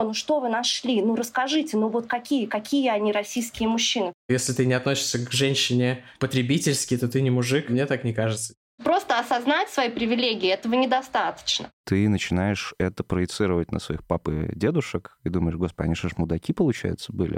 Ну что вы нашли? Ну расскажите, ну вот какие они российские мужчины? Если ты не относишься к женщине потребительски, то ты не мужик, мне так не кажется. Просто осознать свои привилегии, этого недостаточно. Ты начинаешь это проецировать на своих пап и дедушек и думаешь, господи, они же мудаки, получается, были.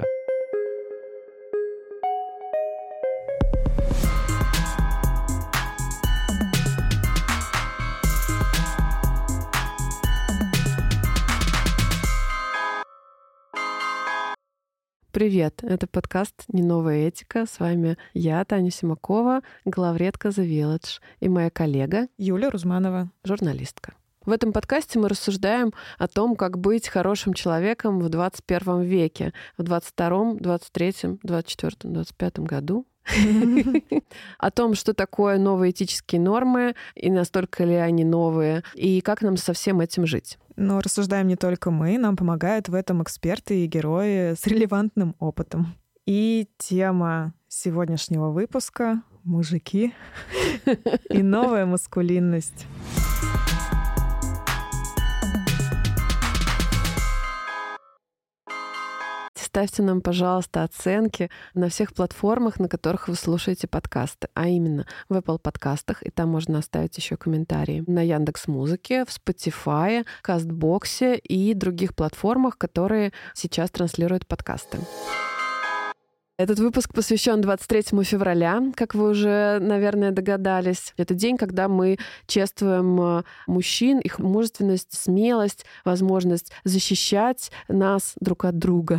Привет, это подкаст «Не новая этика». С вами я, Таня Симакова, главредка The Village, и моя коллега Юля Рузманова, журналистка. В этом подкасте мы рассуждаем о том, как быть хорошим человеком в 21 веке, в 22-м, 23-м, 24-м, 25-м году. О том, что такое новые этические нормы, и настолько ли они новые, и как нам со всем этим жить. Но рассуждаем не только мы, нам помогают в этом эксперты и герои с релевантным опытом. И тема сегодняшнего выпуска — мужики и новая маскулинность. Ставьте нам, пожалуйста, оценки на всех платформах, на которых вы слушаете подкасты, а именно в Apple подкастах, и там можно оставить еще комментарии, на Яндекс.Музыке, в Spotify, Кастбоксе и других платформах, которые сейчас транслируют подкасты. Этот выпуск посвящен 23 февраля, как вы уже, наверное, догадались. Это день, когда мы чествуем мужчин, их мужественность, смелость, возможность защищать нас друг от друга.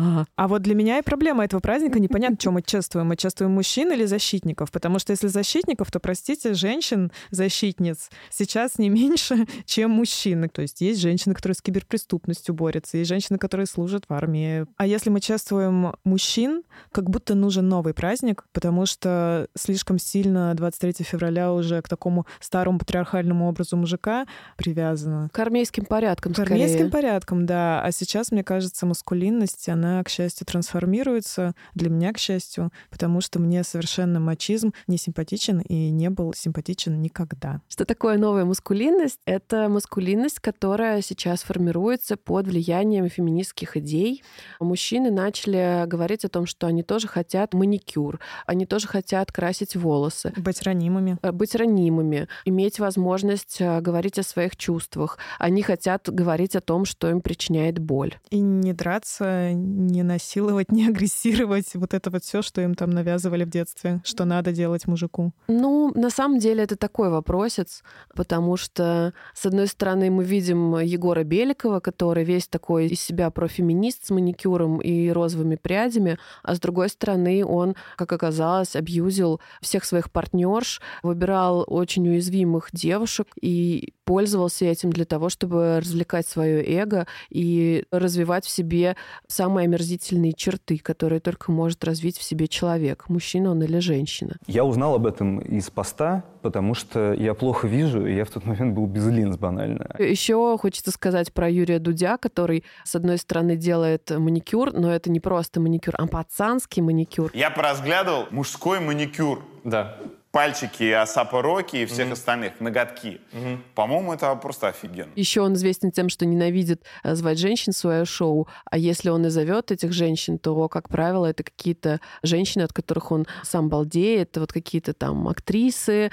А вот для меня и проблема этого праздника. Непонятно, что мы чествуем. Мы чествуем мужчин или защитников? Потому что если защитников, то, простите, женщин-защитниц сейчас не меньше, чем мужчин. То есть есть женщины, которые с киберпреступностью борются, есть женщины, которые служат в армии. А если мы чествуем мужчин, как будто нужен новый праздник, потому что слишком сильно 23 февраля уже к такому старому патриархальному образу мужика привязано. К армейским порядкам, скорее. К армейским порядкам, да. А сейчас, мне кажется, маскулинность, она, к счастью, трансформируется. Для меня, к счастью, потому что мне совершенно мачизм не симпатичен и не был симпатичен никогда. Что такое новая маскулинность? Это маскулинность, которая сейчас формируется под влиянием феминистских идей. Мужчины начали говорить о том, что они тоже хотят маникюр, они тоже хотят красить волосы. Быть ранимыми. Быть ранимыми, иметь возможность говорить о своих чувствах. Они хотят говорить о том, что им причиняет боль. И не драться, не насиловать, не агрессировать. Вот это вот все, что им там навязывали в детстве, что надо делать мужику. Ну, на самом деле это такой вопросец, потому что, с одной стороны, мы видим Егора Беликова, который весь такой из себя профеминист с маникюром и розовыми прядями, а с другой стороны, он, как оказалось, абьюзил всех своих партнерш, выбирал очень уязвимых девушек и пользовался этим для того, чтобы развлекать свое эго и развивать в себе самые омерзительные черты, которые только может развить в себе человек, мужчина он или женщина. Я узнал об этом из поста, потому что я плохо вижу, и я в тот момент был без линз банально. Еще хочется сказать про Юрия Дудя, который, с одной стороны, делает маникюр, но это не просто маникюр, а пацанский маникюр. Я поразглядывал мужской маникюр. Да. Пальчики Асапа Роки и всех остальных, ноготки. По-моему, это просто офигенно. Еще он известен тем, что ненавидит звать женщин в свое шоу, а если он и зовет этих женщин, то, как правило, это какие-то женщины, от которых он сам балдеет, вот какие-то там актрисы,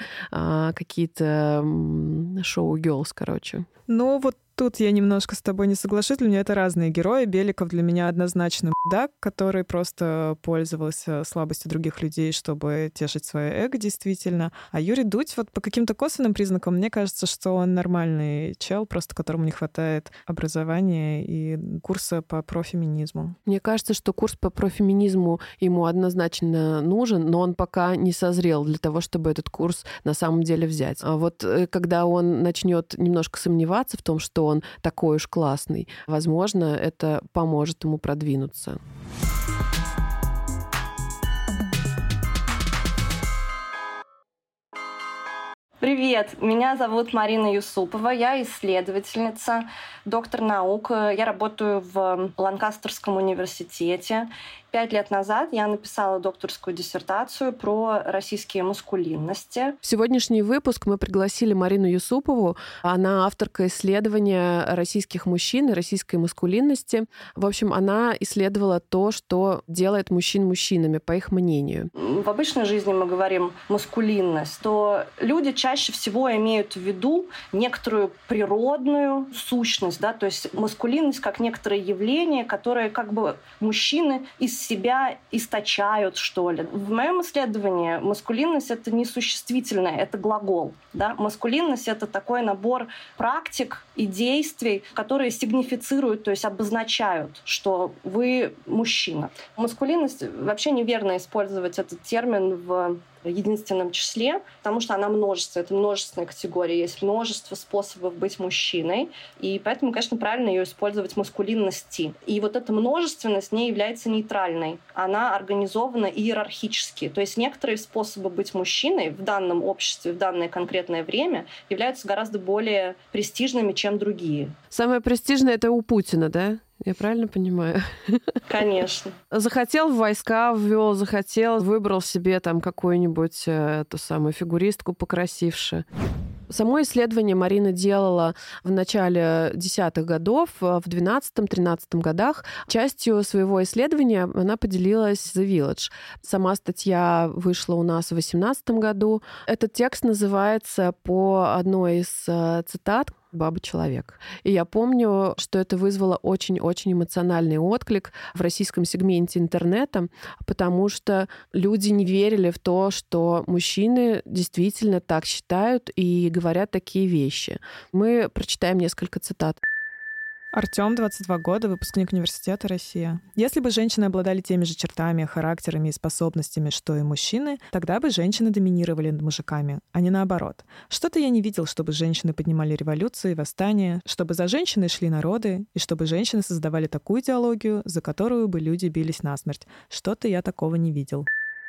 какие-то шоу-герлс, короче. Ну, вот тут я немножко с тобой не соглашусь. Для меня это разные герои. Беликов для меня однозначно мудак, который просто пользовался слабостью других людей, чтобы тешить свое эго, действительно. А Юрий Дудь, вот по каким-то косвенным признакам, мне кажется, что он нормальный чел, просто которому не хватает образования и курса по профеминизму. Мне кажется, что курс по профеминизму ему однозначно нужен, но он пока не созрел для того, чтобы этот курс на самом деле взять. А вот когда он начнет немножко сомневаться в том, что он такой уж классный, возможно, это поможет ему продвинуться. Привет, меня зовут Марина Юсупова, я исследовательница, доктор наук. Я работаю в Ланкастерском университете. 5 лет назад я написала докторскую диссертацию про российские маскулинности. В сегодняшний выпуск мы пригласили Марину Юсупову. Она авторка исследования российских мужчин и российской маскулинности. В общем, она исследовала то, что делает мужчин мужчинами, по их мнению. В обычной жизни мы говорим маскулинность, то люди чаще всего имеют в виду некоторую природную сущность, да, то есть маскулинность как некоторое явление, которое как бы мужчины из себя источают, что ли. В моем исследовании маскулинность — это не существительное, это глагол. Да? Маскулинность — это такой набор практик и действий, которые сигнифицируют, то есть обозначают, что вы мужчина. Маскулинность, вообще неверно использовать этот термин в единственном числе, потому что она множество, это множественная категория, есть множество способов быть мужчиной, и поэтому, конечно, правильно ее использовать маскулинности. И вот эта множественность не является нейтральной, она организована иерархически, то есть некоторые способы быть мужчиной в данном обществе, в данное конкретное время являются гораздо более престижными, чем другие. Самое престижное — это у Путина, да? Я правильно понимаю? Конечно. Захотел в войска ввел, захотел, выбрал себе там какую-нибудь ту самую фигуристку покрасивше. Само исследование Марина делала в начале 10-х годов, в 12-13 годах. Частью своего исследования она поделилась The Village. Сама статья вышла у нас в 2018 году. Этот текст называется по одной из цитат «Баба-человек». И я помню, что это вызвало очень-очень эмоциональный отклик в российском сегменте интернета, потому что люди не верили в то, что мужчины действительно так считают и говорят такие вещи. Мы прочитаем несколько цитат. Артём, 22 года, выпускник университета «Россия». Если бы женщины обладали теми же чертами, характерами и способностями, что и мужчины, тогда бы женщины доминировали над мужиками, а не наоборот. Что-то я не видел, чтобы женщины поднимали революции и восстания, чтобы за женщиной шли народы, и чтобы женщины создавали такую идеологию, за которую бы люди бились насмерть. Что-то я такого не видел.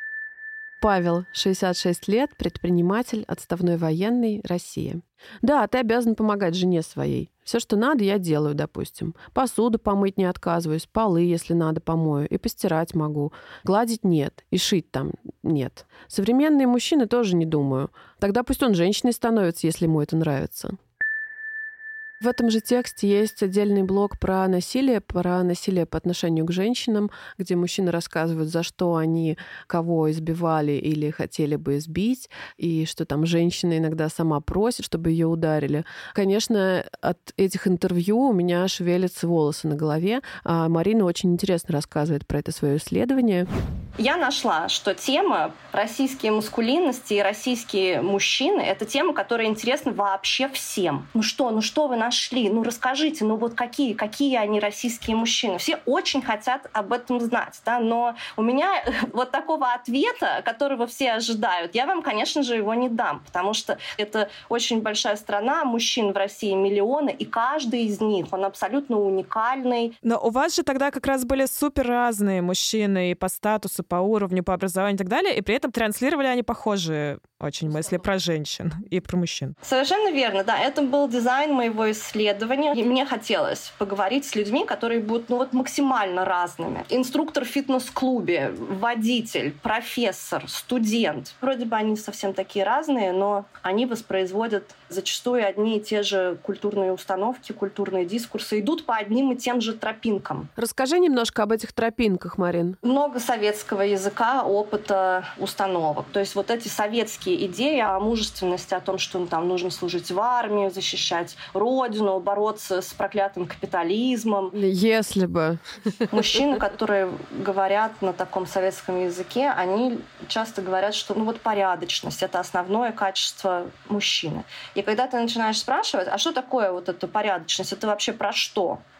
Павел, 66 лет, предприниматель, отставной военный, Россия. Да, ты обязан помогать жене своей. Все, что надо, я делаю, допустим. Посуду помыть не отказываюсь, полы, если надо, помою, и постирать могу. Гладить нет, и шить там нет. Современные мужчины тоже не думаю. Тогда пусть он женщиной становится, если ему это нравится. В этом же тексте есть отдельный блок про насилие по отношению к женщинам, где мужчины рассказывают, за что они кого избивали или хотели бы избить, и что там женщина иногда сама просит, чтобы ее ударили. Конечно, от этих интервью у меня шевелятся волосы на голове. А Марина очень интересно рассказывает про это свое исследование. Я нашла, что тема российские маскулинности и российские мужчины — это тема, которая интересна вообще всем. Ну что вы нашли? Ну расскажите, ну вот какие они российские мужчины? Все очень хотят об этом знать, да, но у меня вот такого ответа, которого все ожидают, я вам, конечно же, его не дам, потому что это очень большая страна, мужчин в России миллионы, и каждый из них, он абсолютно уникальный. Но у вас же тогда как раз были супер разные мужчины и по статусу, по уровню, по образованию и так далее, и при этом транслировали они похожие очень мысли про женщин и про мужчин. Совершенно верно, да. Это был дизайн моего исследования. И мне хотелось поговорить с людьми, которые будут максимально разными. Инструктор в фитнес-клубе, водитель, профессор, студент. Вроде бы они совсем такие разные, но они воспроизводят зачастую одни и те же культурные установки, культурные дискурсы, идут по одним и тем же тропинкам. Расскажи немножко об этих тропинках, Марин. Много советского языка, опыта, установок. То есть вот эти советские идеи о мужественности, о том, что там нужно служить в армии, защищать родину, бороться с проклятым капитализмом. Если бы. Мужчины, которые говорят на таком советском языке, они часто говорят, что порядочность — это основное качество мужчины. И когда ты начинаешь спрашивать, а что такое вот эта порядочность, это вообще про что?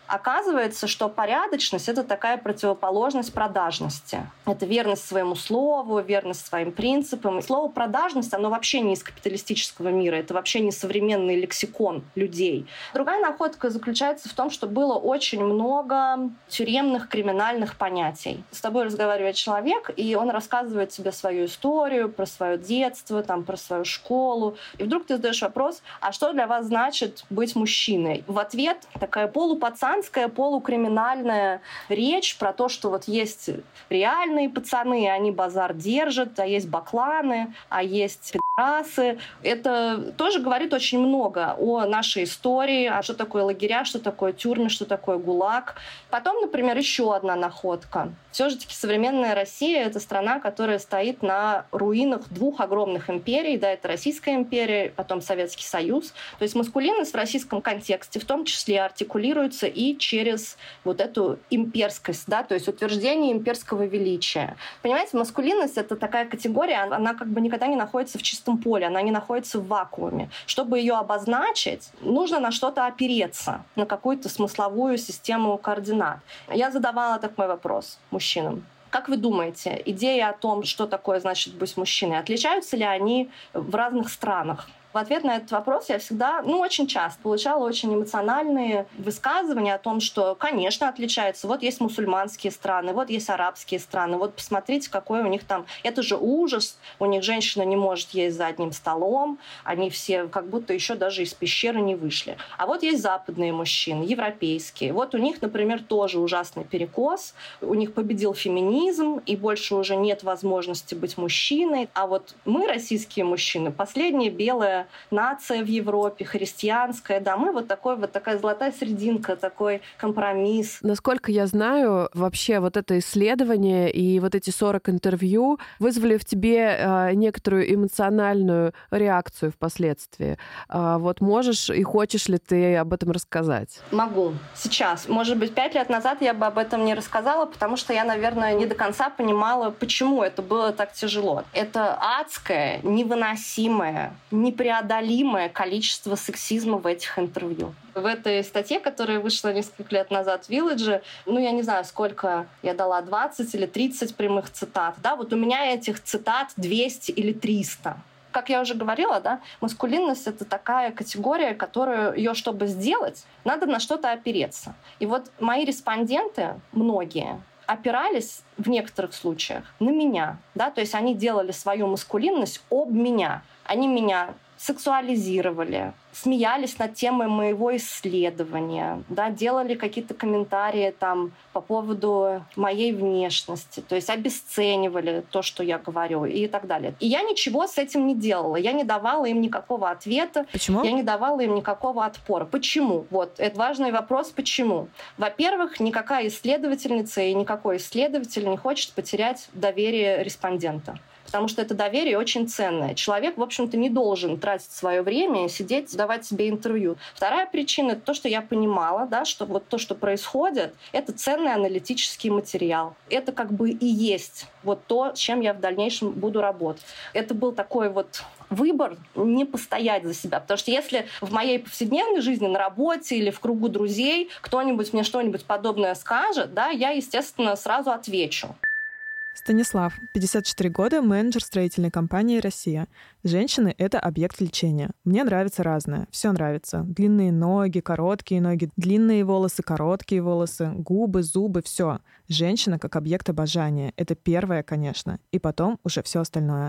Оказывается, что порядочность — это такая противоположность продажности. Это верность своему слову, верность своим принципам. И слово «продажность», оно вообще не из капиталистического мира, это вообще не современный лексикон людей. Другая находка заключается в том, что было очень много тюремных криминальных понятий. С тобой разговаривает человек, и он рассказывает тебе свою историю, про свое детство, про свою школу. И вдруг ты задаешь вопрос: а что для вас значит быть мужчиной? В ответ такая полупацанская, полукриминальная речь про то, что вот есть реальные пацаны, они базар держат, а есть бакланы, а есть пидорасы. Это тоже говорит очень много о нашей истории, а что такое лагеря, что такое тюрьмы, что такое ГУЛАГ. Потом, например, еще одна находка. Все же таки современная Россия — это страна, которая стоит на руинах двух огромных империй. Да, это Российская империя, потом Советский Союз. То есть маскулинность в российском контексте в том числе артикулируется и через вот эту имперскость, да, то есть утверждение имперского величия. Понимаете, маскулинность — это такая категория, она как бы никогда не находится в чистом поле, она не находится в вакууме. Чтобы ее обозначить, нужно на что-то опереться, на какую-то смысловую систему координат. Я задавала такой вопрос мужчинам. Как вы думаете, идеи о том, что такое значит быть мужчиной, отличаются ли они в разных странах? В ответ на этот вопрос я всегда, очень часто получала очень эмоциональные высказывания о том, что, конечно, отличаются. Вот есть мусульманские страны, вот есть арабские страны. Вот посмотрите, какой у них там... Это же ужас. У них женщина не может есть за одним столом. Они все как будто еще даже из пещеры не вышли. А вот есть западные мужчины, европейские. Вот у них, например, тоже ужасный перекос. У них победил феминизм, и больше уже нет возможности быть мужчиной. А вот мы, российские мужчины, последняя белая нация в Европе, христианская, да, мы вот такая золотая серединка, такой компромисс. Насколько я знаю, вообще вот это исследование и вот эти 40 интервью вызвали в тебе некоторую эмоциональную реакцию впоследствии. Вот можешь и хочешь ли ты об этом рассказать? Могу. Сейчас. Может быть, 5 лет назад я бы об этом не рассказала, потому что я, наверное, не до конца понимала, почему это было так тяжело. Это адское, невыносимое, непреодолимое количество сексизма в этих интервью. В этой статье, которая вышла несколько лет назад в Village, я не знаю, сколько я дала, 20 или 30 прямых цитат. Да, вот у меня этих цитат 200 или 300. Как я уже говорила, да, маскулинность — это такая категория, которую ее, чтобы сделать, надо на что-то опереться. И вот мои респонденты, многие, опирались в некоторых случаях на меня. Да? То есть они делали свою маскулинность об меня. Они меня сексуализировали, смеялись над темой моего исследования, да, делали какие-то комментарии по поводу моей внешности, то есть обесценивали то, что я говорю, и так далее. И я ничего с этим не делала. Я не давала им никакого ответа. Почему? Я не давала им никакого отпора. Почему? Вот, это важный вопрос, почему. Во-первых, никакая исследовательница и никакой исследователь не хочет потерять доверие респондента. Потому что это доверие очень ценное. Человек, в общем-то, не должен тратить свое время и сидеть, давать себе интервью. Вторая причина — это то, что я понимала, да, что вот то, что происходит, это ценный аналитический материал. Это как бы и есть вот то, с чем я в дальнейшем буду работать. Это был такой вот выбор не постоять за себя. Потому что если в моей повседневной жизни, на работе или в кругу друзей кто-нибудь мне что-нибудь подобное скажет, да, я, естественно, сразу отвечу. Станислав, 54 года, менеджер строительной компании «Россия». Женщины — это объект влечения. Мне нравится разное. Все нравится. Длинные ноги, короткие ноги, длинные волосы, короткие волосы, губы, зубы — все. Женщина как объект обожания. Это первое, конечно. И потом уже все остальное.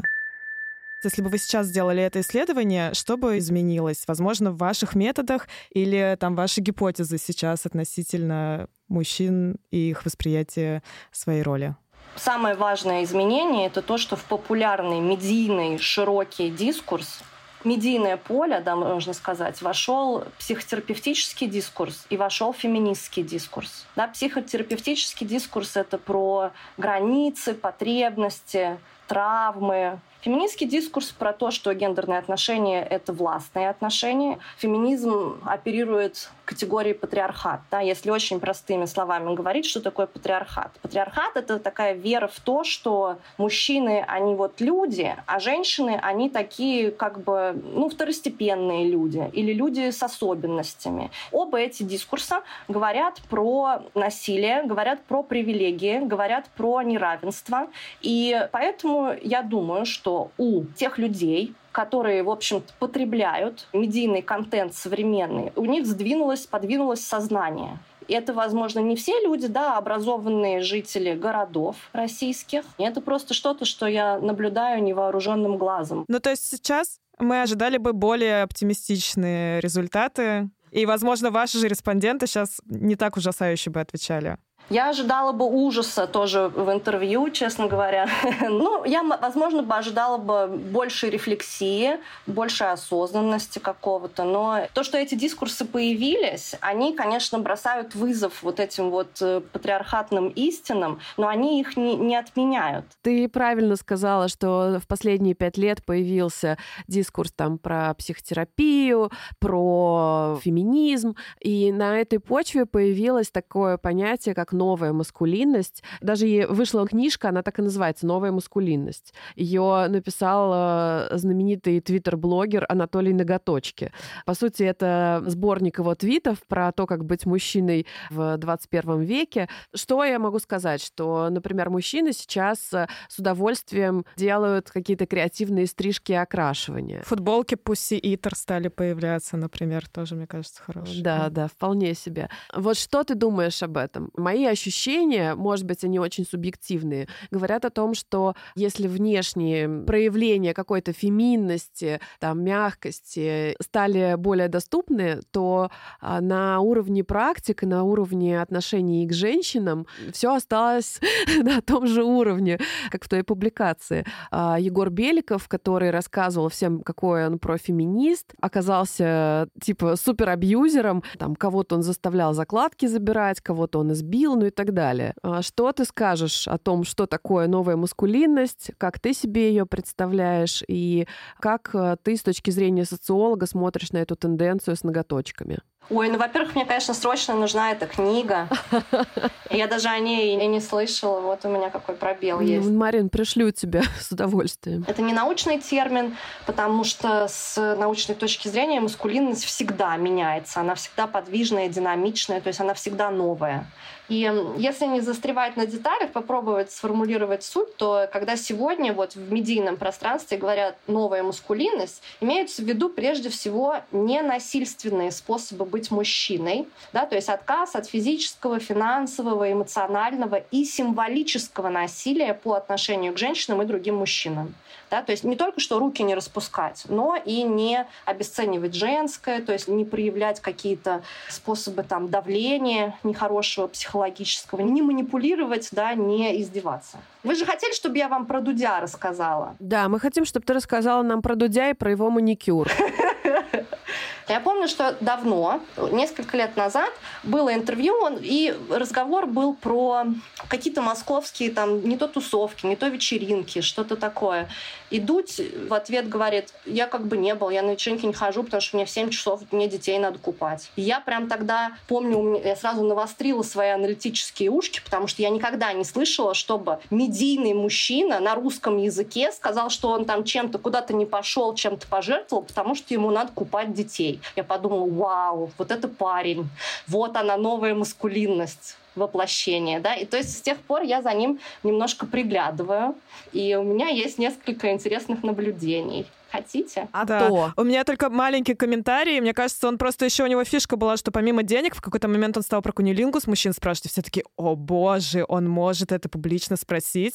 Если бы вы сейчас сделали это исследование, что бы изменилось? Возможно, в ваших методах или ваши гипотезы сейчас относительно мужчин и их восприятия своей роли? Самое важное изменение — это то, что в популярный медийный широкий дискурс, медийное поле, да, можно сказать, вошел психотерапевтический дискурс и вошел феминистский дискурс. Да, психотерапевтический дискурс — это про границы, потребности, травмы. Феминистский дискурс про то, что гендерные отношения — это властные отношения. Феминизм оперирует категорией патриархат. Да? Если очень простыми словами говорить, что такое патриархат. Патриархат — это такая вера в то, что мужчины, они вот люди, а женщины, они такие как бы, второстепенные люди или люди с особенностями. Оба эти дискурса говорят про насилие, говорят про привилегии, говорят про неравенство. И поэтому я думаю, что у тех людей, которые, в общем-то, потребляют медийный контент современный, у них подвинулось сознание. И это, возможно, не все люди, да, образованные жители городов российских. Это просто что-то, что я наблюдаю невооруженным глазом. То есть сейчас мы ожидали бы более оптимистичные результаты. И, возможно, ваши же респонденты сейчас не так ужасающе бы отвечали. Я ожидала бы ужаса тоже в интервью, честно говоря. Я, возможно, ожидала бы большей рефлексии, большей осознанности какого-то. Но то, что эти дискурсы появились, они, конечно, бросают вызов вот этим вот патриархатным истинам, но они их не отменяют. Ты правильно сказала, что в последние 5 лет появился дискурс там про психотерапию, про феминизм, и на этой почве появилось такое понятие, как новая маскулинность. Даже вышла книжка, она так и называется «Новая маскулинность». Ее написал знаменитый твиттер-блогер Анатолий Ноготочки. По сути, это сборник его твитов про то, как быть мужчиной в 21 веке. Что я могу сказать? Что, например, мужчины сейчас с удовольствием делают какие-то креативные стрижки и окрашивания. Футболки Pussy Eater стали появляться, например, тоже, мне кажется, хорошие. Да, вполне себе. Вот что ты думаешь об этом? Мои ощущения, может быть, они очень субъективные, говорят о том, что если внешние проявления какой-то феминности, там, мягкости стали более доступны, то на уровне практик, на уровне отношений к женщинам все осталось на том же уровне, как в той публикации. Егор Беликов, который рассказывал всем, какой он профеминист, оказался типа суперабьюзером, там кого-то он заставлял закладки забирать, кого-то он избил, и так далее. Что ты скажешь о том, что такое новая маскулинность, как ты себе ее представляешь, и как ты с точки зрения социолога смотришь на эту тенденцию с ноготочками? Ой, во-первых, мне, конечно, срочно нужна эта книга. Я даже о ней и не слышала. Вот у меня какой пробел есть. Марин, пришлю тебя с удовольствием. Это не научный термин, потому что с научной точки зрения маскулинность всегда меняется. Она всегда подвижная, динамичная, то есть она всегда новая. И если не застревать на деталях, попробовать сформулировать суть, то когда сегодня вот в медийном пространстве говорят «новая маскулинность», имеются в виду прежде всего ненасильственные способы быть мужчиной, да, то есть отказ от физического, финансового, эмоционального и символического насилия по отношению к женщинам и другим мужчинам. Да, то есть не только что руки не распускать, но и не обесценивать женское, то есть не проявлять какие-то способы там, давления нехорошего, психологического, не манипулировать, да, не издеваться. Вы же хотели, чтобы я вам про Дудя рассказала? Да, мы хотим, чтобы ты рассказала нам про Дудя и про его маникюр. Я помню, что давно, несколько лет назад, было интервью, и разговор был про какие-то московские, там, не то тусовки, не то вечеринки, что-то такое. И Дудь в ответ говорит: я как бы не был, я на вечеринки не хожу, потому что мне в 7 часов мне детей надо купать. И я прям тогда, помню, я сразу навострила свои аналитические ушки, потому что я никогда не слышала, чтобы медийный мужчина на русском языке сказал, что он там чем-то куда-то не пошел, чем-то пожертвовал, потому что ему надо купать детей. Я подумала: вау, вот это парень, вот она, новая маскулинность, воплощение, да, и то есть с тех пор я за ним немножко приглядываю, и у меня есть несколько интересных наблюдений. Хотите? Да. У меня только маленький комментарий. Мне кажется, он просто еще у него фишка была, что помимо денег в какой-то момент он стал про куннилингус мужчин спрашивать, и все такие: о боже, он может это публично спросить.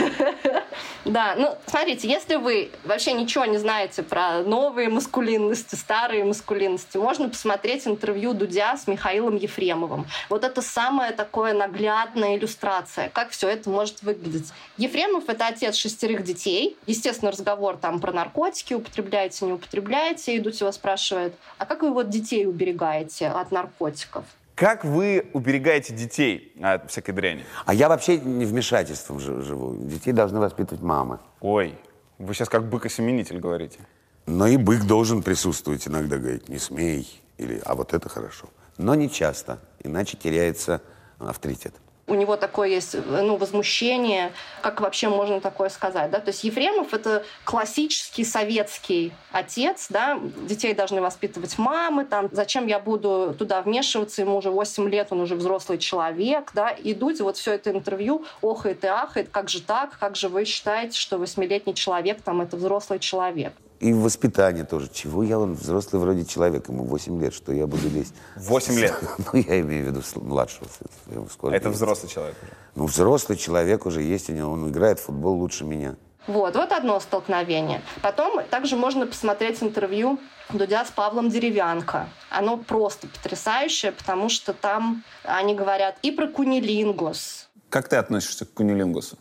Да, ну, смотрите, если вы вообще ничего не знаете про новые маскулинности, старые маскулинности, можно посмотреть интервью Дудя с Михаилом Ефремовым. Вот это самая такая наглядная иллюстрация, как все это может выглядеть. Ефремов — это отец 6 детей. Естественно, разговор там про наркотики, употребляете, не употребляете. И Дудь его спрашивает: а как вы вот детей уберегаете от наркотиков? Как вы уберегаете детей от всякой дряни? А я вообще не вмешательством живу. Детей должны воспитывать мамы. Ой, Вы сейчас как бык-осеменитель говорите. Но и бык должен присутствовать иногда, говорить, не смей, или а вот это хорошо. Но не часто, иначе теряется авторитет. У него такое есть, возмущение, как вообще можно такое сказать, да? То есть Ефремов — это классический советский отец, да? Детей должны воспитывать мамы, там, зачем я буду туда вмешиваться, ему уже 8 лет, он уже взрослый человек, да? И Дудь вот все это интервью охает и ахает, как же так, как же вы считаете, что 8-летний человек, там, это взрослый человек? И в воспитании тоже. Чего я, он взрослый вроде человек, ему 8 лет, что я буду лезть? 8 лет? Ну, я имею в виду младшего. Это взрослый человек уже? Ну, взрослый человек уже есть у него, он играет в футбол лучше меня. Вот одно столкновение. Потом также можно посмотреть интервью Дудя с Павлом Деревянко. Оно просто потрясающее, потому что там они говорят и про кунилингус. Как ты относишься к кунилингусу?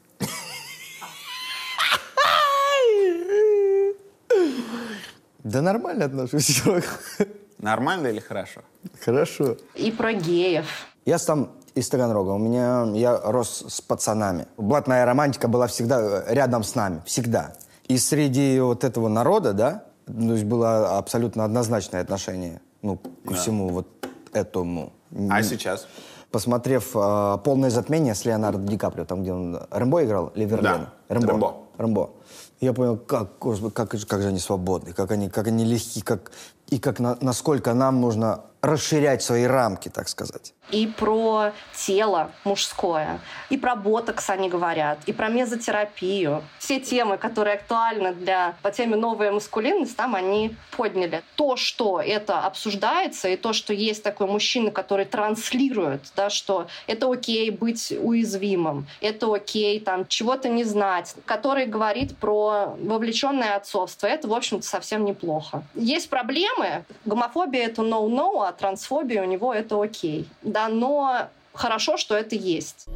Да нормально отношусь, чувак. Нормально или хорошо? Хорошо. И про геев. Я сам из Таганрога. Я рос с пацанами. Блатная романтика была всегда рядом с нами. Всегда. И среди вот этого народа, да, то есть было абсолютно однозначное отношение, ко всему вот этому. А сейчас? Посмотрев «Полное затмение» с Леонардо Ди Каприо, там, где он Рэмбо играл, или Верлена? Да, Рэмбо. Я понял, как же они свободны, как они легки, насколько нам нужно расширять свои рамки, так сказать. И про тело мужское, и про ботокс они говорят, и про мезотерапию. Все темы, которые актуальны по теме «Новая маскулинность», там они подняли. То, что это обсуждается, и то, что есть такой мужчина, который транслирует, да, что это окей быть уязвимым, это окей там чего-то не знать, который говорит про вовлеченное отцовство, это, в общем-то, совсем неплохо. Есть проблемы. Гомофобия — это no-no, а трансфобия у него — это окей. Да, но хорошо, что это есть.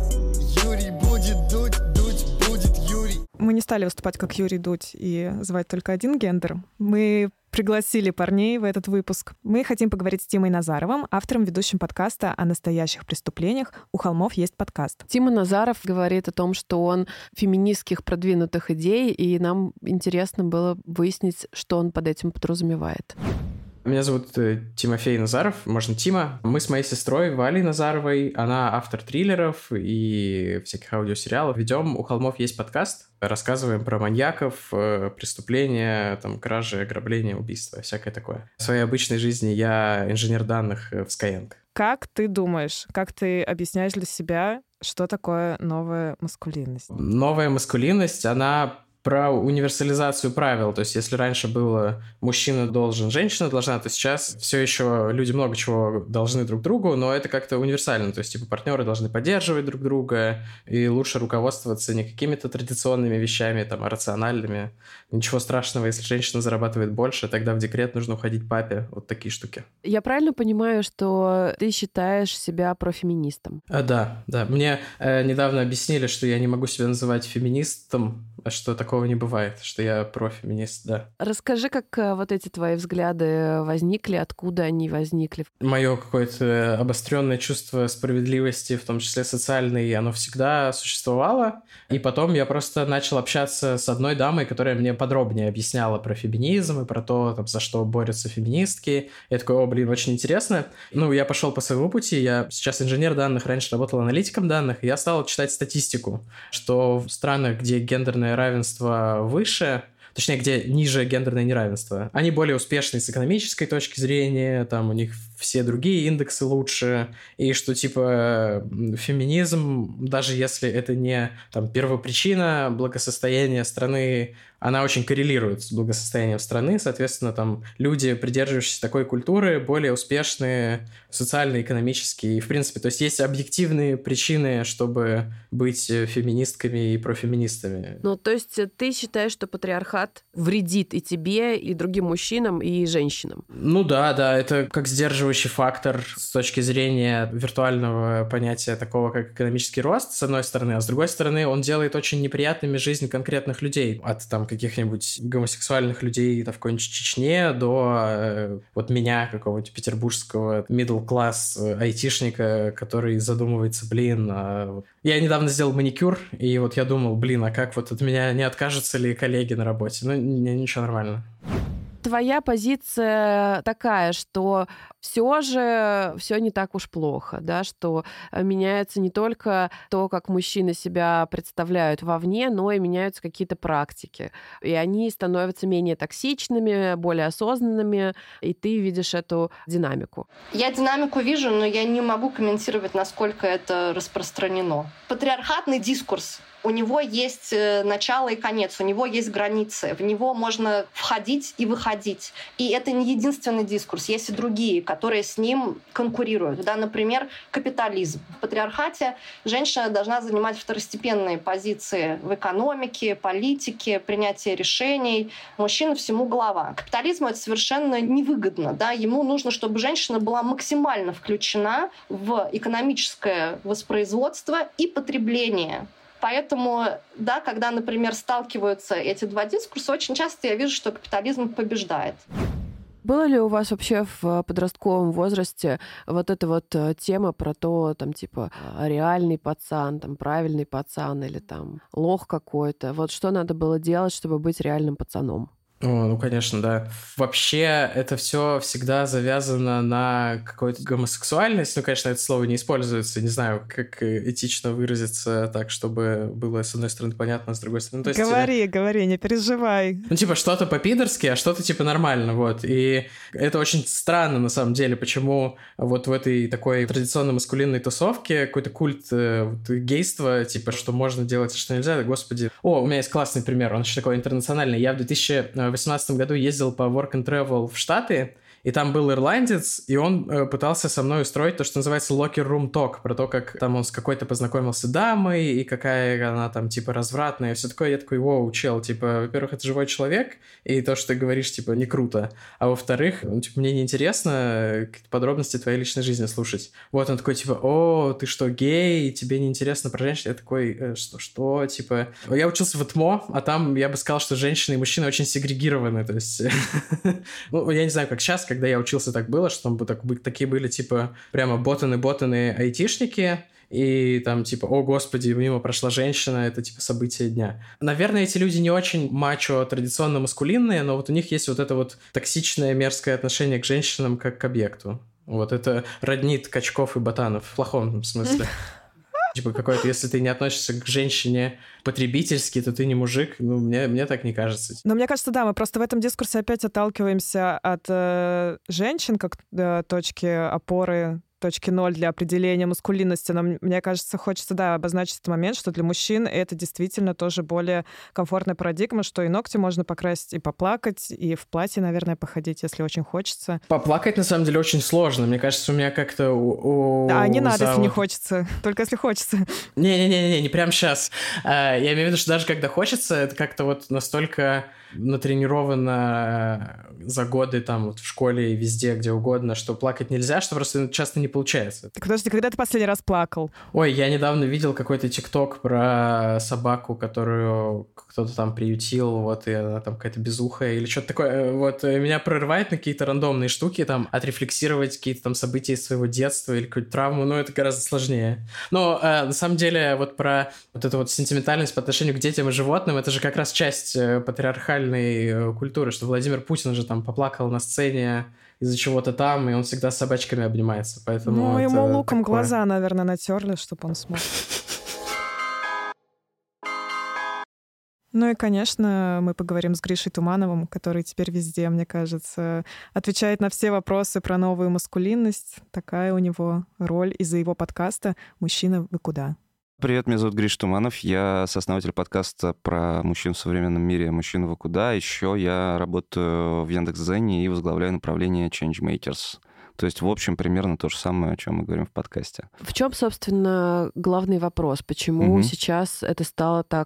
Юрий будет дуть, дуть будет Юрий. Мы не стали выступать как Юрий Дудь и звать только один гендер. Мы пригласили парней в этот выпуск. Мы хотим поговорить с Тимой Назаровым, автором, ведущим подкаста о настоящих преступлениях «У холмов есть подкаст». Тима Назаров говорит о том, что он феминистских продвинутых идей, и нам интересно было выяснить, что он под этим подразумевает. Меня зовут Тимофей Назаров, можно Тима. Мы с моей сестрой Валей Назаровой, она автор триллеров и всяких аудиосериалов. Ведем «У холмов есть подкаст», рассказываем про маньяков, преступления, там, кражи, ограбления, убийства, всякое такое. В своей обычной жизни я инженер данных в Skyeng. Как ты думаешь, как ты объясняешь для себя, что такое новая маскулинность? Новая маскулинность, она про универсализацию правил. То есть если раньше было мужчина должен, женщина должна, то сейчас все еще люди много чего должны друг другу, но это как-то универсально. То есть типа партнеры должны поддерживать друг друга, и лучше руководствоваться не какими-то традиционными вещами, там, а рациональными. Ничего страшного, если женщина зарабатывает больше, тогда в декрет нужно уходить папе. Вот такие штуки. Я правильно понимаю, что ты считаешь себя профеминистом? Да. Мне недавно объяснили, что я не могу себя называть феминистом, что такого не бывает, что я профеминист, да. Расскажи, как вот эти твои взгляды возникли, откуда они возникли? Мое какое-то обостренное чувство справедливости, в том числе социальной, оно всегда существовало. И потом я просто начал общаться с одной дамой, которая мне подробнее объясняла про феминизм и про то, там, за что борются феминистки. Я такой, очень интересно. Я пошел по своему пути. Я сейчас инженер данных, раньше работал аналитиком данных, и я стал читать статистику, что в странах, где гендерное равенство выше, точнее, где ниже гендерное неравенство, они более успешны с экономической точки зрения, там у них все другие индексы лучше, и что, типа, феминизм, даже если это не там первопричина благосостояния страны, она очень коррелирует с благосостоянием страны, соответственно, там люди, придерживающиеся такой культуры, более успешные социально, экономически, и, в принципе, то есть есть объективные причины, чтобы быть феминистками и профеминистами. То есть ты считаешь, что патриархат вредит и тебе, и другим мужчинам, и женщинам? Да, это как сдерживающий сдерживающий фактор с точки зрения виртуального понятия такого, как экономический рост, с одной стороны, а с другой стороны, он делает очень неприятными жизнь конкретных людей. От там каких-нибудь гомосексуальных людей в какой-нибудь Чечне до вот меня, какого-нибудь петербургского middle-class айтишника, который задумывается, я недавно сделал маникюр, и вот я думал, а как вот от меня не откажутся ли коллеги на работе? Ничего, нормально. Твоя позиция такая, что все же все не так уж плохо, да, что меняется не только то, как мужчины себя представляют вовне, но и меняются какие-то практики. И они становятся менее токсичными, более осознанными, и ты видишь эту динамику. Я динамику вижу, но я не могу комментировать, насколько это распространено. Патриархатный дискурс. У него есть начало и конец, у него есть границы, в него можно входить и выходить. И это не единственный дискурс, есть и другие, которые с ним конкурируют. Да, например, капитализм. В патриархате женщина должна занимать второстепенные позиции в экономике, политике, принятии решений. Мужчина всему глава. Капитализму это совершенно невыгодно. Да? Ему нужно, чтобы женщина была максимально включена в экономическое воспроизводство и потребление. Поэтому, да, когда, например, сталкиваются эти два дискурса, очень часто я вижу, что капитализм побеждает. Была ли у вас вообще в подростковом возрасте вот эта вот тема про то, там, типа, реальный пацан, там, правильный пацан или там лох какой-то? Вот что надо было делать, чтобы быть реальным пацаном? Конечно, да. Вообще это все всегда завязано на какой-то гомосексуальность. Конечно, это слово не используется. Не знаю, как этично выразиться так, чтобы было, с одной стороны, понятно, а с другой стороны... Говори, не переживай. Что-то по-пидорски, а что-то, нормально, вот. И это очень странно, на самом деле, почему вот в этой такой традиционно маскулинной тусовке какой-то культ гейства, что можно делать, а что нельзя. Господи. У меня есть классный пример, он еще такой интернациональный. Я в 2018 году ездил по work and travel в Штаты, и там был ирландец, и он пытался со мной устроить то, что называется locker room talk, про то, как там он с какой-то познакомился дамой, и какая она там, развратная, и все такое. Я такой, чел, во-первых, это живой человек, и то, что ты говоришь, не круто. А во-вторых, мне неинтересно подробности твоей личной жизни слушать. Вот он такой, ты что, гей, тебе неинтересно про женщин? Я такой, что? Я учился в ИТМО, а там я бы сказал, что женщины и мужчины очень сегрегированы, то есть... я не знаю, как сейчас, когда я учился, так было, что там такие были, прямо ботаны айтишники, и там, о господи, мимо прошла женщина, это, событие дня. Наверное, эти люди не очень мачо, традиционно маскулинные, но вот у них есть вот это вот токсичное, мерзкое отношение к женщинам как к объекту. Вот это роднит качков и ботанов, в плохом смысле. Какой-то, если ты не относишься к женщине потребительски, то ты не мужик. Мне так не кажется. Но мне кажется, да, мы просто в этом дискурсе опять отталкиваемся от женщин как точки опоры, точки ноль для определения маскулинности. Но мне кажется, хочется, обозначить этот момент, что для мужчин это действительно тоже более комфортная парадигма, что и ногти можно покрасить, и поплакать, и в платье, наверное, походить, если очень хочется. Поплакать, на самом деле, очень сложно. Мне кажется, у меня как-то... не надо, если не хочется. Только если хочется. Не прямо сейчас. Я имею в виду, что даже когда хочется, это как-то вот настолько натренировано за годы там в школе и везде, где угодно, что плакать нельзя, что просто часто не получается. Так подожди, когда ты последний раз плакал? Я недавно видел какой-то тикток про собаку, которую кто-то там приютил, и она там какая-то безухая или что-то такое. Меня прорывает на какие-то рандомные штуки, там, отрефлексировать какие-то там события из своего детства или какую-то травму, это гораздо сложнее. Но на самом деле про эту сентиментальность по отношению к детям и животным, это же как раз часть патриархальной культуры, что Владимир Путин же там поплакал на сцене из-за чего-то там, и он всегда с собачками обнимается, поэтому... ему луком такое... глаза, наверное, натерли, чтобы он смог. И, конечно, мы поговорим с Гришей Тумановым, который теперь везде, мне кажется, отвечает на все вопросы про новую маскулинность. Такая у него роль из-за его подкаста «Мужчина, вы куда?». Привет, меня зовут Гриша Туманов, я сооснователь подкаста про мужчин в современном мире «Мужчина, вы куда?». Еще я работаю в Яндекс.Дзене и возглавляю направление Changemakers. То есть, в общем, примерно то же самое, о чем мы говорим в подкасте. В чем, собственно, главный вопрос? Почему сейчас это стало так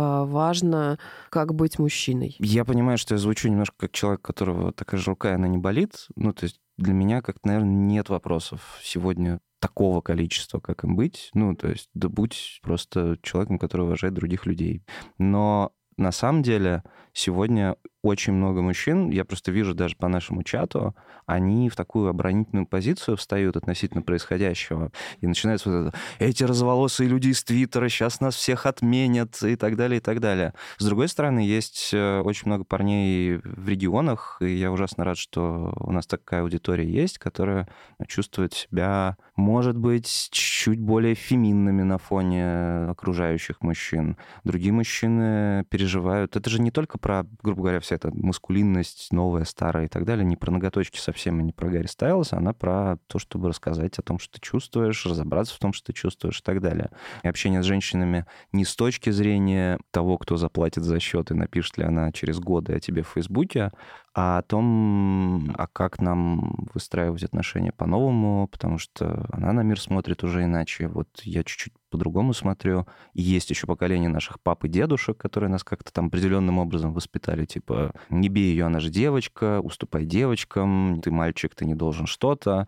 важно, как быть мужчиной? Я понимаю, что я звучу немножко как человек, у которого такая же рука, и она не болит. Ну, то есть для меня как-то, наверное, нет вопросов сегодня такого количества, как им быть. Ну, то есть да будь просто человеком, который уважает других людей. Но на самом деле сегодня очень много мужчин, я просто вижу даже по нашему чату, они в такую оборонительную позицию встают относительно происходящего. И начинается вот это: эти разволосые люди из Твиттера сейчас нас всех отменят, и так далее, и так далее. С другой стороны, есть очень много парней в регионах, и я ужасно рад, что у нас такая аудитория есть, которая чувствует себя, может быть, чуть более феминными на фоне окружающих мужчин. Другие мужчины переживают. Это же не только про, грубо говоря, вся эта маскулинность новая, старая и так далее, не про ноготочки совсем и не про Гарри Стайлза, она про то, чтобы рассказать о том, что ты чувствуешь, разобраться в том, что ты чувствуешь и так далее. И общение с женщинами не с точки зрения того, кто заплатит за счет и напишет ли она через годы о тебе в Фейсбуке, а о том, а как нам выстраивать отношения по-новому, потому что она на мир смотрит уже иначе. Вот я чуть-чуть по-другому смотрю. И есть еще поколение наших пап и дедушек, которые нас как-то там определенным образом воспитали. Типа, не бей ее, она же девочка, уступай девочкам, ты мальчик, ты не должен что-то.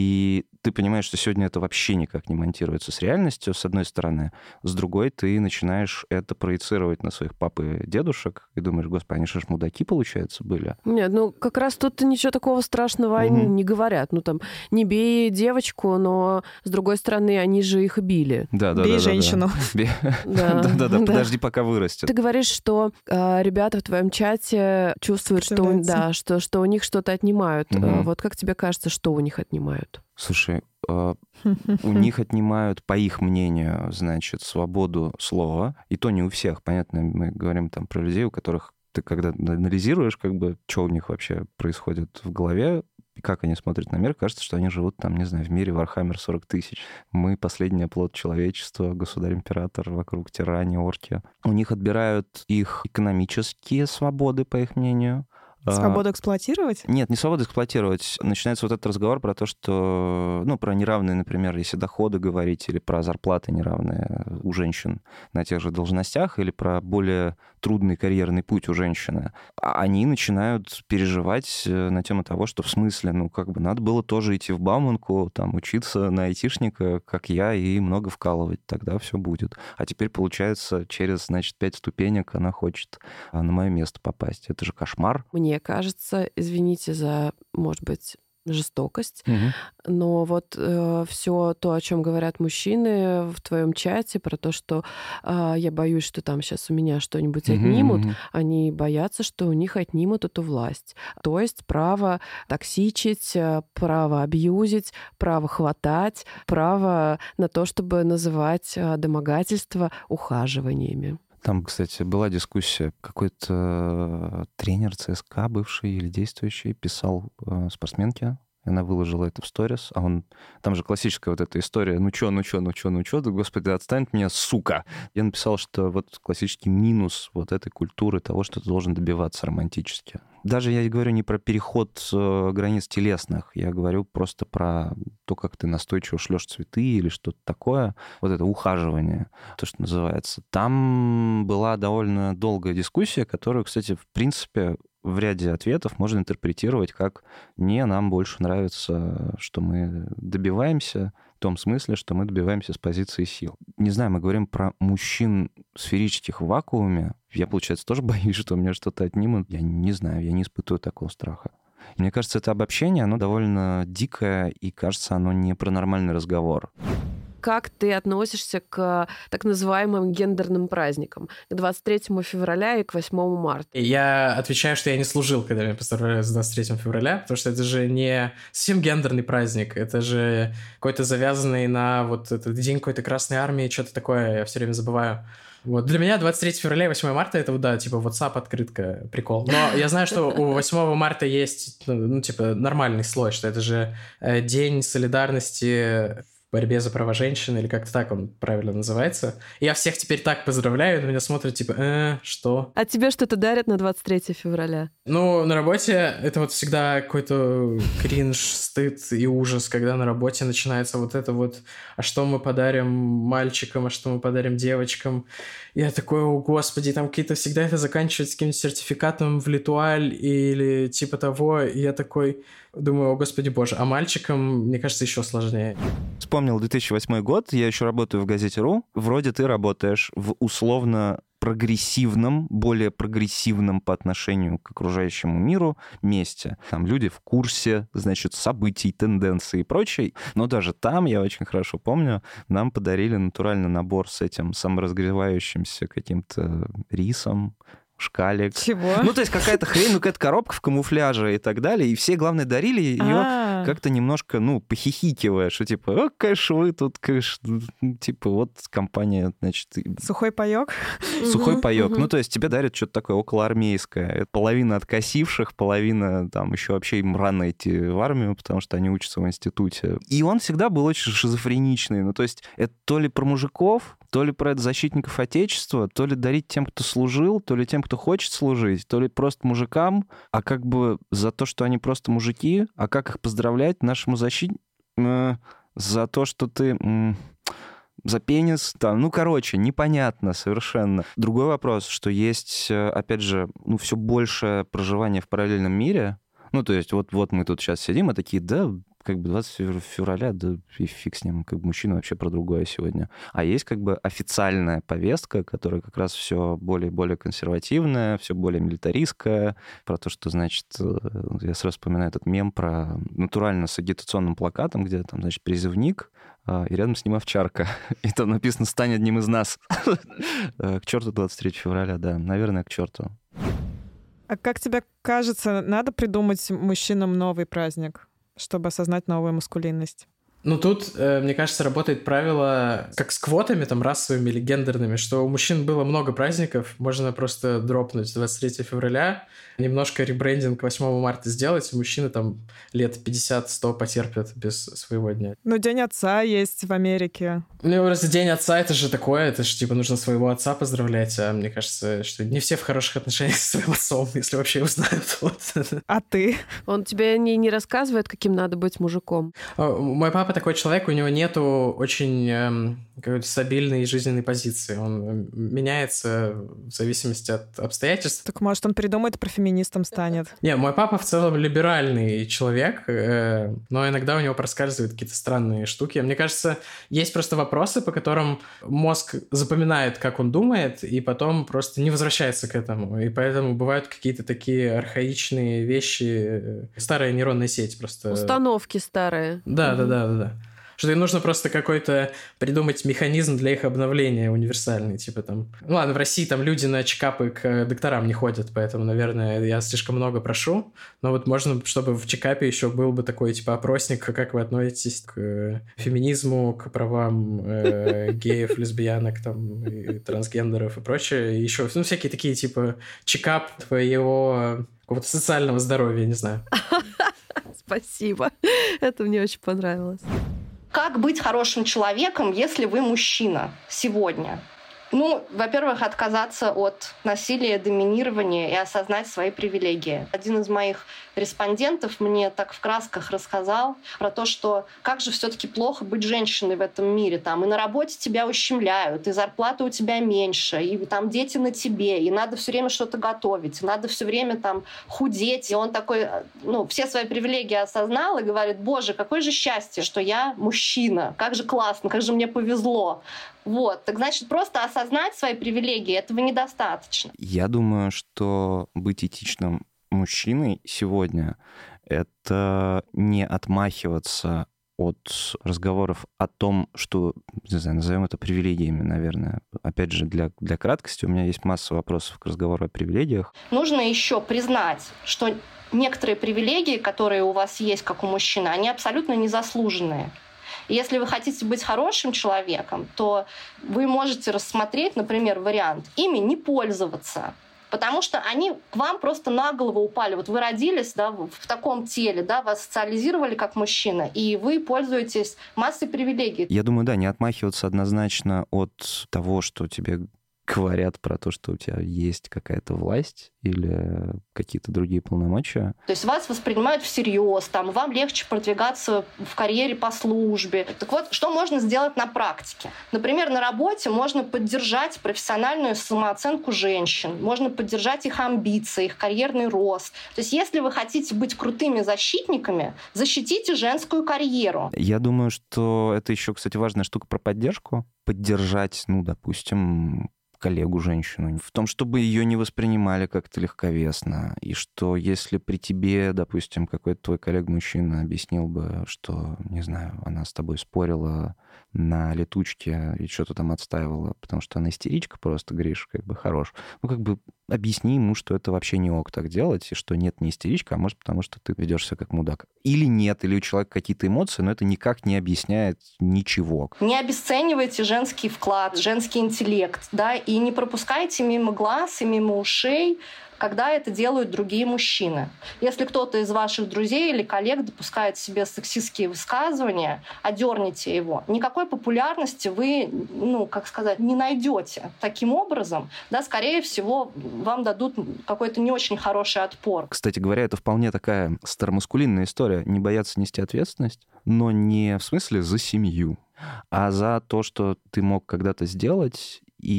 И ты понимаешь, что сегодня это вообще никак не монтируется с реальностью, с одной стороны. С другой, ты начинаешь это проецировать на своих пап и дедушек и думаешь: господи, они же мудаки, получается, были. Нет, ну как раз тут ничего такого страшного они не говорят. Ну там, не бей девочку, но с другой стороны, они же их и били. Бей женщину. Да-да-да, подожди, пока вырастет. Ты говоришь, что ребята в твоем чате чувствуют, что у них что-то отнимают. Вот как тебе кажется, что у них отнимают? Слушай, у них отнимают, по их мнению, значит, свободу слова. И то не у всех. Понятно, мы говорим там про людей, у которых ты когда анализируешь, как бы, что у них вообще происходит в голове, и как они смотрят на мир, кажется, что они живут там, не знаю, в мире Вархаммер 40 тысяч. Мы — последний оплот человечества, государь-император, вокруг тиране, орки. У них отбирают их экономические свободы, по их мнению. Свободу эксплуатировать? Нет, не свободу эксплуатировать. Начинается вот этот разговор про то, что, ну, про неравные, например, если доходы говорить, или про зарплаты неравные у женщин на тех же должностях, или про более трудный карьерный путь у женщины. Они начинают переживать на тему того, что в смысле, ну, как бы надо было тоже идти в Бауманку, там, учиться на айтишника, как я, и много вкалывать, тогда все будет. А теперь, получается, через, значит, 5 ступенек она хочет на мое место попасть. Это же кошмар. Мне кажется, извините за, может быть, жестокость, но вот все то, о чем говорят мужчины в твоем чате, про то, что я боюсь, что там сейчас у меня что-нибудь отнимут, они боятся, что у них отнимут эту власть. То есть право токсичить, право абьюзить, право хватать, право на то, чтобы называть домогательство ухаживаниями. Там, кстати, была дискуссия. Какой-то тренер ЦСКА, бывший или действующий, писал спортсменке. Она выложила это в сторис, а он... Там же классическая вот эта история: ну чё, да, господи, отстань от меня, сука. Я написал, что вот классический минус вот этой культуры того, что ты должен добиваться романтически. Даже я говорю не про переход границ телесных, я говорю просто про то, как ты настойчиво шлёшь цветы или что-то такое. Вот это ухаживание, то, что называется. Там была довольно долгая дискуссия, которую, кстати, в принципе, в ряде ответов можно интерпретировать как: не, нам больше нравится, что мы добиваемся, в том смысле, что мы добиваемся с позиции сил. Не знаю, мы говорим про мужчин сферических в вакууме. Я, получается, тоже боюсь, что у меня что-то отнимут. Я не знаю, я не испытываю такого страха. Мне кажется, это обобщение, оно довольно дикое, и кажется, оно не про нормальный разговор. Как ты относишься к так называемым гендерным праздникам, к 23 февраля и к 8 марта? Я отвечаю, что я не служил, когда меня поздравляли с 23 февраля, потому что это же не совсем гендерный праздник, это же какой-то завязанный на вот этот день какой-то Красной Армии, что-то такое, я все время забываю. Вот. Для меня 23 февраля и 8 марта — это, да, типа WhatsApp-открытка, прикол. Но я знаю, что у 8 марта есть, ну, типа, нормальный слой, что это же день солидарности борьбе за права женщин, или как-то так он правильно называется. И я всех теперь так поздравляю, на меня смотрят, типа, что? А тебе что-то дарят на 23 февраля? Ну, на работе это вот всегда какой-то кринж, стыд и ужас, когда на работе начинается вот это вот, а что мы подарим мальчикам, а что мы подарим девочкам. Я такой, о господи, там какие-то всегда это заканчивается каким-то сертификатом в Литуаль или типа того, и я такой думаю, о господи боже, а мальчикам, мне кажется, еще сложнее. Вспомнил 2008 год, я еще работаю в газете «Ру». Вроде ты работаешь в условно прогрессивном, более прогрессивном по отношению к окружающему миру месте. Там люди в курсе, значит, событий, тенденций и прочее. Но даже там, я очень хорошо помню, нам подарили натуральный набор с этим саморазгревающимся каким-то рисом, шкалик. Чего? Ну, то есть какая-то хрень, ну, какая-то коробка в камуфляже и так далее. И все, главное, дарили ее как-то немножко, ну, похихикивая, что типа, конечно, вы тут, конечно, типа, вот компания, значит... Сухой паёк? Сухой паёк. Ну, то есть тебе дарят что-то такое околоармейское. Половина откосивших, половина там еще вообще им рано идти в армию, потому что они учатся в институте. И он всегда был очень шизофреничный. Ну, то есть это то ли про мужиков, то ли про защитников Отечества, то ли дарить тем, кто служил, то ли тем, кто хочет служить, то ли просто мужикам, а как бы за то, что они просто мужики, а как их поздравлять нашему защитнику за то, что ты... за пенис, там, ну, короче, непонятно совершенно. Другой вопрос, что есть, опять же, ну, все больше проживания в параллельном мире. Ну, то есть вот мы тут сейчас сидим и такие, да, как бы 20 февраля, да и фиг с ним, как бы мужчина вообще про другое сегодня. А есть как бы официальная повестка, которая как раз все более и более консервативная, все более милитаристская, про то, что, значит, я сразу вспоминаю этот мем про натурально с агитационным плакатом, где там, значит, призывник, и рядом с ним овчарка. И там написано «Стань одним из нас». К черту 23 февраля, да, наверное, к черту. А как тебе кажется, надо придумать мужчинам новый праздник, чтобы осознать новую маскулинность? Ну, тут, мне кажется, работает правило, как с квотами, там, расовыми или гендерными, что у мужчин было много праздников, можно просто дропнуть 23 февраля, немножко ребрендинг 8 марта сделать, и мужчины там лет 50-100 потерпят без своего дня. Ну, День отца есть в Америке. Ну, просто День отца, это же такое, это же, типа, нужно своего отца поздравлять, а мне кажется, что не все в хороших отношениях со своим отцом, если вообще его знают. Вот. А ты? Он тебе не рассказывает, каким надо быть мужиком? Мой папа такой человек, у него нету очень какой-то стабильной жизненной позиции. Он меняется в зависимости от обстоятельств. Так может, он придумает, про феминистом станет? Не, мой папа в целом либеральный человек, но иногда у него проскальзывают какие-то странные штуки. Мне кажется, есть просто вопросы, по которым мозг запоминает, как он думает, и потом просто не возвращается к этому. И поэтому бывают какие-то такие архаичные вещи, старая нейронная сеть просто. Установки старые. Да. Что им нужно просто какой-то придумать механизм для их обновления универсальный, типа там... Ну ладно, в России там люди на чекапы к докторам не ходят, поэтому, наверное, я слишком много прошу, но вот можно, чтобы в чекапе еще был бы такой, типа, опросник, как вы относитесь к феминизму, к правам геев, лесбиянок, там, и трансгендеров и прочее, и еще, ну, всякие такие, типа, чекап твоего какого-то социального здоровья, не знаю. Спасибо, это мне очень понравилось. Как быть хорошим человеком, если вы мужчина сегодня? Ну, во-первых, отказаться от насилия, доминирования и осознать свои привилегии. Один из моих респондентов мне так в красках рассказал про то, что как же все-таки плохо быть женщиной в этом мире. Там, и на работе тебя ущемляют, и зарплата у тебя меньше, и там дети на тебе, и надо все время что-то готовить, и надо все время там худеть. И он такой, ну, все свои привилегии осознал и говорит: боже, какое же счастье, что я мужчина, как же классно, как же мне повезло. Вот, так значит, просто осознать свои привилегии, этого недостаточно. Я думаю, что быть этичным мужчиной сегодня — это не отмахиваться от разговоров о том, что, не знаю, назовем это привилегиями, наверное. Опять же, для краткости у меня есть масса вопросов к разговору о привилегиях. Нужно еще признать, что некоторые привилегии, которые у вас есть, как у мужчины, они абсолютно незаслуженные. Если вы хотите быть хорошим человеком, то вы можете рассмотреть, например, вариант ими не пользоваться. Потому что они к вам просто на голову упали. Вот вы родились, да, в таком теле, да, вас социализировали как мужчина, и вы пользуетесь массой привилегий. Я думаю, да, не отмахиваться однозначно от того, что тебе говорят про то, что у тебя есть какая-то власть или какие-то другие полномочия. То есть вас воспринимают всерьез, там, вам легче продвигаться в карьере по службе. Так вот, что можно сделать на практике? Например, на работе можно поддержать профессиональную самооценку женщин, можно поддержать их амбиции, их карьерный рост. То есть если вы хотите быть крутыми защитниками, защитите женскую карьеру. Я думаю, что это еще, кстати, важная штука про поддержку. Поддержать, допустим, коллегу-женщину, в том, чтобы ее не воспринимали как-то легковесно, и что если при тебе, допустим, какой-то твой коллега-мужчина объяснил бы, что, не знаю, она с тобой спорила на летучке и что-то там отстаивала, потому что она истеричка просто, Гриш, хорош. Объясни ему, что это вообще не ок так делать, и что нет, не истеричка, а может, потому что ты ведешься как мудак. Или нет, или у человека какие-то эмоции, но это никак не объясняет ничего. Не обесценивайте женский вклад, женский интеллект, да, и не пропускайте мимо глаз и мимо ушей, когда это делают другие мужчины. Если кто-то из ваших друзей или коллег допускает себе сексистские высказывания, одерните его. Никакой популярности вы, не найдете. Таким образом, да, скорее всего, вам дадут какой-то не очень хороший отпор. Кстати говоря, это вполне такая старомаскулинная история. Не бояться нести ответственность, но не в смысле за семью, а за то, что ты мог когда-то сделать,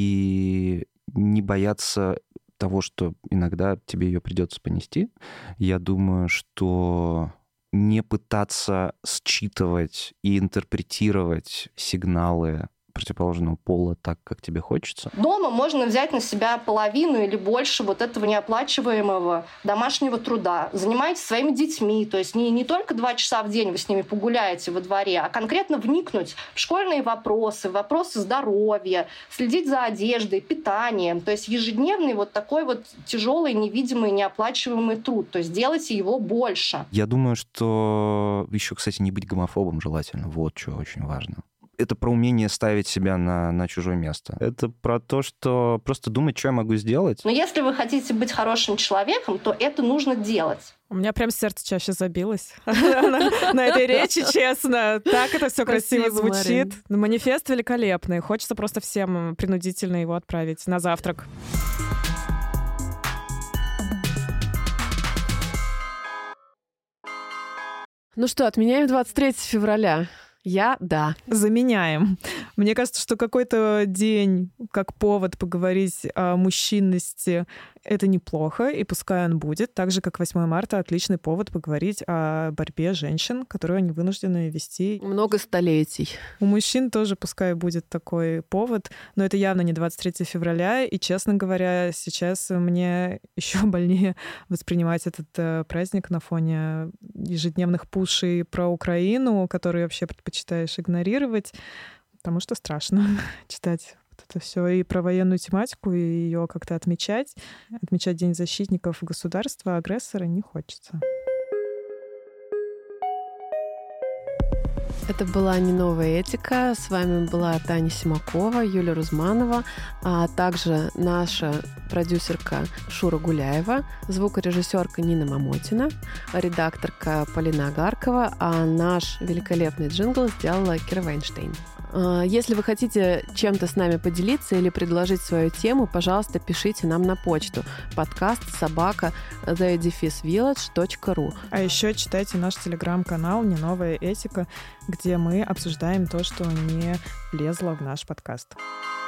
и не бояться того, что иногда тебе ее придется понести. Я думаю, что не пытаться считывать и интерпретировать сигналы противоположного пола так, как тебе хочется. Дома можно взять на себя половину или больше вот этого неоплачиваемого домашнего труда. Занимайтесь своими детьми, то есть не только 2 часа в день вы с ними погуляете во дворе, а конкретно вникнуть в школьные вопросы, вопросы здоровья, следить за одеждой, питанием. То есть ежедневный вот такой вот тяжелый, невидимый, неоплачиваемый труд. То есть делайте его больше. Я думаю, что еще, кстати, не быть гомофобом желательно. Вот что очень важно. Это про умение ставить себя на чужое место. Это про то, что просто думать, что я могу сделать. Но если вы хотите быть хорошим человеком, то это нужно делать. У меня прям сердце чаще забилось на этой речи, честно. Так это все красиво звучит. Манифест великолепный. Хочется просто всем принудительно его отправить на завтрак. Ну что, отменяем 23 февраля. Да. Заменяем. Мне кажется, что какой-то день как повод поговорить о мужчинности — это неплохо, и пускай он будет. Так же, как 8 марта — отличный повод поговорить о борьбе женщин, которую они вынуждены вести. Много столетий. У мужчин тоже пускай будет такой повод, но это явно не 23 февраля, и, честно говоря, сейчас мне еще больнее воспринимать этот праздник на фоне ежедневных пушей про Украину, которые вообще предпочитаешь игнорировать, потому что страшно читать это все и про военную тематику, и ее как-то отмечать. Отмечать День защитников государства, агрессора не хочется. Это была «Не новая этика». С вами была Таня Симакова, Юлия Рузманова, а также наша продюсерка Шура Гуляева, звукорежиссерка Нина Мамотина, редакторка Полина Агаркова, а наш великолепный джингл сделала Кира Вайнштейн. Если вы хотите чем-то с нами поделиться или предложить свою тему, пожалуйста, пишите нам на почту podcast@the-village.ru. А еще читайте наш телеграм-канал «Не новая этика», где мы обсуждаем то, что не влезло в наш подкаст.